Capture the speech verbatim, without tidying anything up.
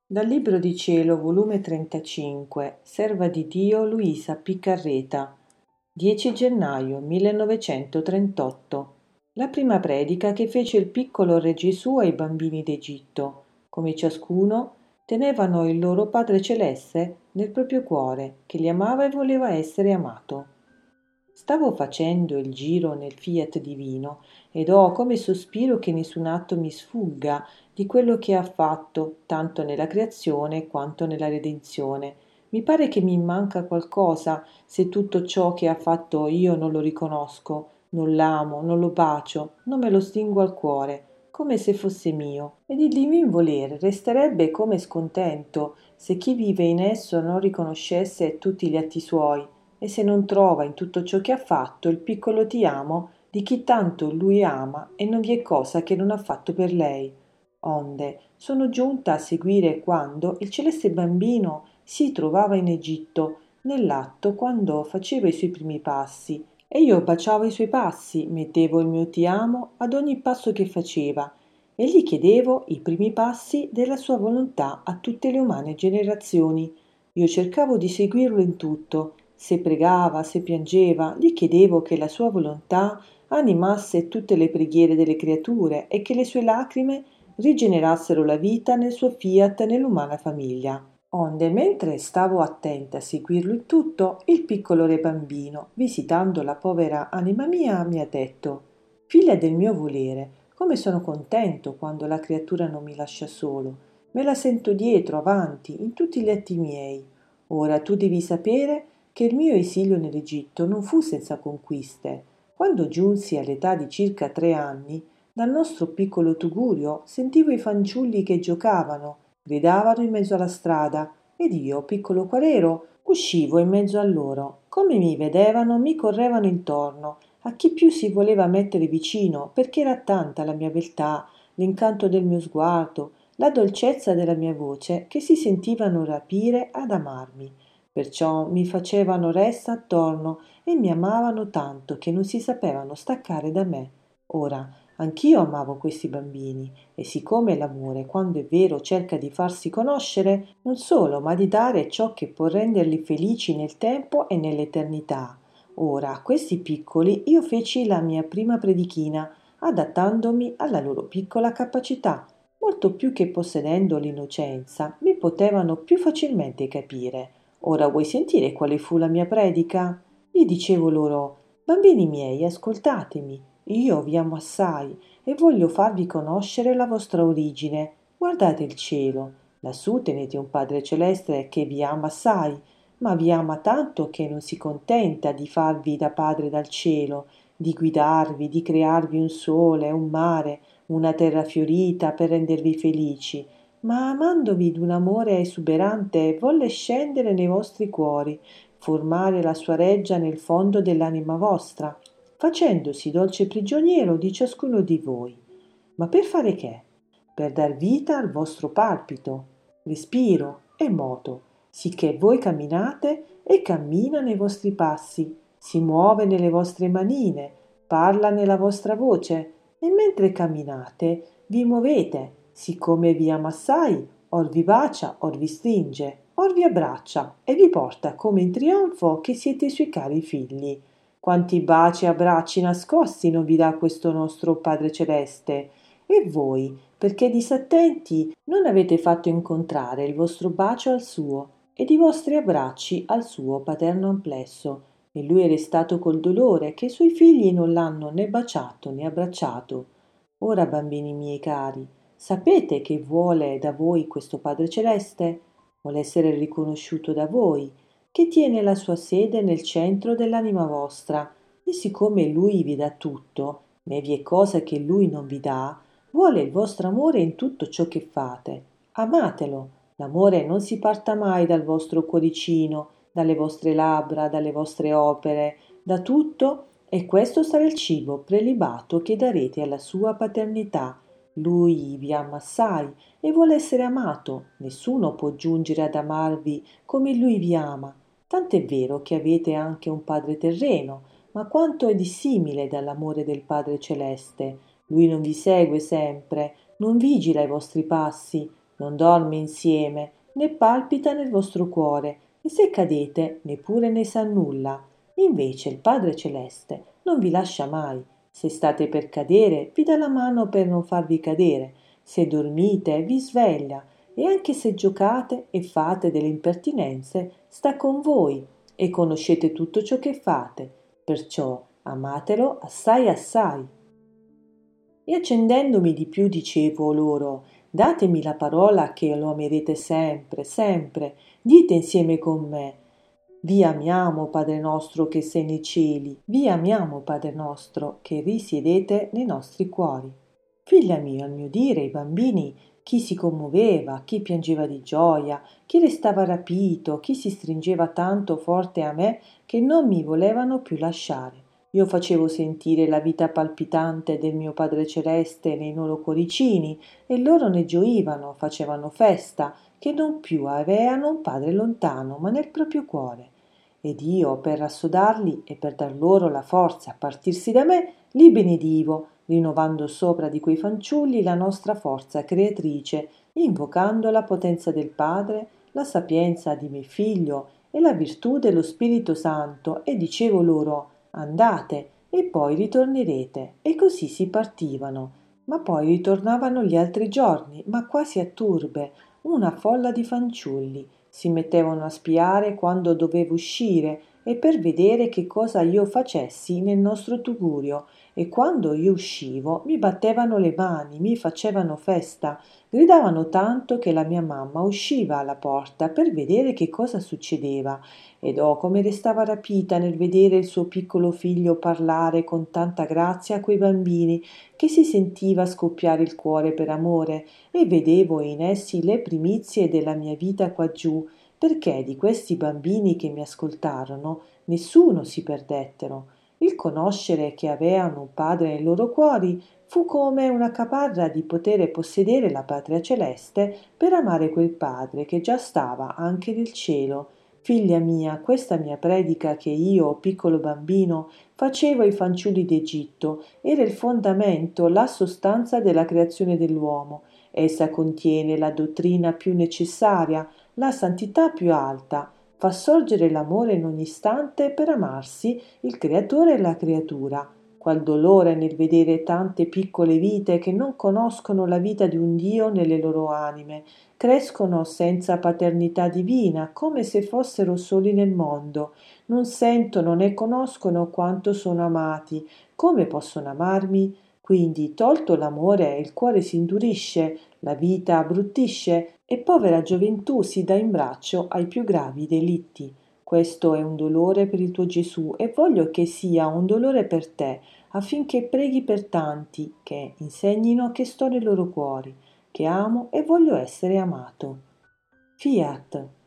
Dal Libro di Cielo, volume trentacinque, Serva di Dio Luisa Piccarreta, dieci gennaio millenovecentotrentotto. La prima predica che fece il piccolo Re Gesù ai bambini d'Egitto, come ciascuno tenevano il loro Padre Celeste nel proprio cuore, che li amava e voleva essere amato. Stavo facendo il giro nel fiat divino ed ho come sospiro che nessun atto mi sfugga di quello che ha fatto, tanto nella creazione quanto nella redenzione. Mi pare che mi manca qualcosa se tutto ciò che ha fatto io non lo riconosco, non l'amo, non lo bacio, non me lo stringo al cuore, come se fosse mio. Ed il divin volere resterebbe come scontento se chi vive in esso non riconoscesse tutti gli atti suoi, e se non trova in tutto ciò che ha fatto il piccolo ti amo di chi tanto lui ama e non vi è cosa che non ha fatto per lei. Onde sono giunta a seguire quando il celeste bambino si trovava in Egitto, nell'atto quando faceva i suoi primi passi, e io baciavo i suoi passi, mettevo il mio ti amo ad ogni passo che faceva, e gli chiedevo i primi passi della sua volontà a tutte le umane generazioni. Io cercavo di seguirlo in tutto, se pregava, se piangeva, gli chiedevo che la sua volontà animasse tutte le preghiere delle creature e che le sue lacrime rigenerassero la vita nel suo fiat nell'umana famiglia. Onde, mentre stavo attenta a seguirlo in tutto, il piccolo re bambino, visitando la povera anima mia, mi ha detto: «Figlia del mio volere, come sono contento quando la creatura non mi lascia solo. Me la sento dietro, avanti, in tutti gli atti miei. Ora tu devi sapere che il mio esilio nell'Egitto non fu senza conquiste. Quando giunsi all'età di circa tre anni, dal nostro piccolo tugurio sentivo i fanciulli che giocavano, gridavano in mezzo alla strada, ed io, piccolo qual ero, uscivo in mezzo a loro. Come mi vedevano, mi correvano intorno, a chi più si voleva mettere vicino, perché era tanta la mia beltà, l'incanto del mio sguardo, la dolcezza della mia voce, che si sentivano rapire ad amarmi. Perciò mi facevano ressa attorno e mi amavano tanto che non si sapevano staccare da me. Ora, anch'io amavo questi bambini, e siccome l'amore, quando è vero, cerca di farsi conoscere, non solo, ma di dare ciò che può renderli felici nel tempo e nell'eternità. Ora, a questi piccoli io feci la mia prima predichina, adattandomi alla loro piccola capacità, molto più che possedendo l'innocenza, mi potevano più facilmente capire. Ora vuoi sentire quale fu la mia predica? Gli dicevo loro: «Bambini miei, ascoltatemi. Io vi amo assai e voglio farvi conoscere la vostra origine. Guardate il cielo. Lassù tenete un Padre Celeste che vi ama assai, ma vi ama tanto che non si contenta di farvi da padre dal cielo, di guidarvi, di crearvi un sole, un mare, una terra fiorita per rendervi felici, ma amandovi d'un amore esuberante volle scendere nei vostri cuori, formare la sua reggia nel fondo dell'anima vostra, facendosi dolce prigioniero di ciascuno di voi. Ma per fare che? Per dar vita al vostro palpito, respiro e moto, sicché voi camminate e cammina nei vostri passi, si muove nelle vostre manine, parla nella vostra voce, e mentre camminate vi muovete, siccome vi ama assai, or vi bacia, or vi stringe, or vi abbraccia e vi porta come in trionfo che siete i suoi cari figli. Quanti baci e abbracci nascosti non vi dà questo nostro Padre Celeste? E voi, perché disattenti, non avete fatto incontrare il vostro bacio al suo ed i vostri abbracci al suo paterno amplesso, e lui è restato col dolore che i suoi figli non l'hanno né baciato né abbracciato. Ora, bambini miei cari, sapete che vuole da voi questo Padre Celeste? Vuole essere riconosciuto da voi, che tiene la sua sede nel centro dell'anima vostra, e siccome lui vi dà tutto, né vi è cosa che lui non vi dà, vuole il vostro amore in tutto ciò che fate. Amatelo. L'amore non si parta mai dal vostro cuoricino, dalle vostre labbra, dalle vostre opere, da tutto, e questo sarà il cibo prelibato che darete alla sua paternità. Lui vi ama assai e vuole essere amato. Nessuno può giungere ad amarvi come lui vi ama. Tant'è vero che avete anche un padre terreno, ma quanto è dissimile dall'amore del Padre Celeste. Lui non vi segue sempre, non vigila i vostri passi, non dorme insieme, né palpita nel vostro cuore, e se cadete neppure ne sa nulla. Invece il Padre Celeste non vi lascia mai. Se state per cadere, vi dà la mano per non farvi cadere. Se dormite, vi sveglia. E anche se giocate e fate delle impertinenze, sta con voi e conoscete tutto ciò che fate. Perciò amatelo assai assai. E accendendomi di più dicevo loro: datemi la parola che lo amerete sempre, sempre. Dite insieme con me: vi amiamo, Padre nostro che sei nei cieli, vi amiamo, Padre nostro che risiedete nei nostri cuori. Figlia mia, al mio dire, i bambini, chi si commoveva, chi piangeva di gioia, chi restava rapito, chi si stringeva tanto forte a me che non mi volevano più lasciare. Io facevo sentire la vita palpitante del mio Padre Celeste nei loro cuoricini e loro ne gioivano, facevano festa, che non più aveano un padre lontano, ma nel proprio cuore. Ed io, per rassodarli e per dar loro la forza a partirsi da me, li benedivo, rinnovando sopra di quei fanciulli la nostra forza creatrice, invocando la potenza del Padre, la sapienza di mio figlio e la virtù dello Spirito Santo, e dicevo loro: andate e poi ritornerete. E così si partivano. Ma poi ritornavano gli altri giorni, ma quasi a turbe, una folla di fanciulli. Si mettevano a spiare quando dovevo uscire e per vedere che cosa io facessi nel nostro tugurio, e quando io uscivo mi battevano le mani, mi facevano festa, gridavano tanto che la mia mamma usciva alla porta per vedere che cosa succedeva, ed oh come restava rapita nel vedere il suo piccolo figlio parlare con tanta grazia a quei bambini, che si sentiva scoppiare il cuore per amore, e vedevo in essi le primizie della mia vita quaggiù, perché di questi bambini che mi ascoltarono nessuno si perdettero. Il conoscere che aveano un padre nei loro cuori fu come una caparra di potere possedere la patria celeste per amare quel padre che già stava anche nel cielo. Figlia mia, questa mia predica che io, piccolo bambino, facevo ai fanciulli d'Egitto era il fondamento, la sostanza della creazione dell'uomo. Essa contiene la dottrina più necessaria, la santità più alta, fa sorgere l'amore in ogni istante per amarsi il creatore e la creatura. Qual dolore nel vedere tante piccole vite che non conoscono la vita di un Dio nelle loro anime, crescono senza paternità divina, come se fossero soli nel mondo, non sentono né conoscono quanto sono amati, come possono amarmi? Quindi, tolto l'amore, il cuore si indurisce, la vita abbruttisce e povera gioventù si dà in braccio ai più gravi delitti. Questo è un dolore per il tuo Gesù e voglio che sia un dolore per te, affinché preghi per tanti che insegnino che sto nei loro cuori, che amo e voglio essere amato. Fiat.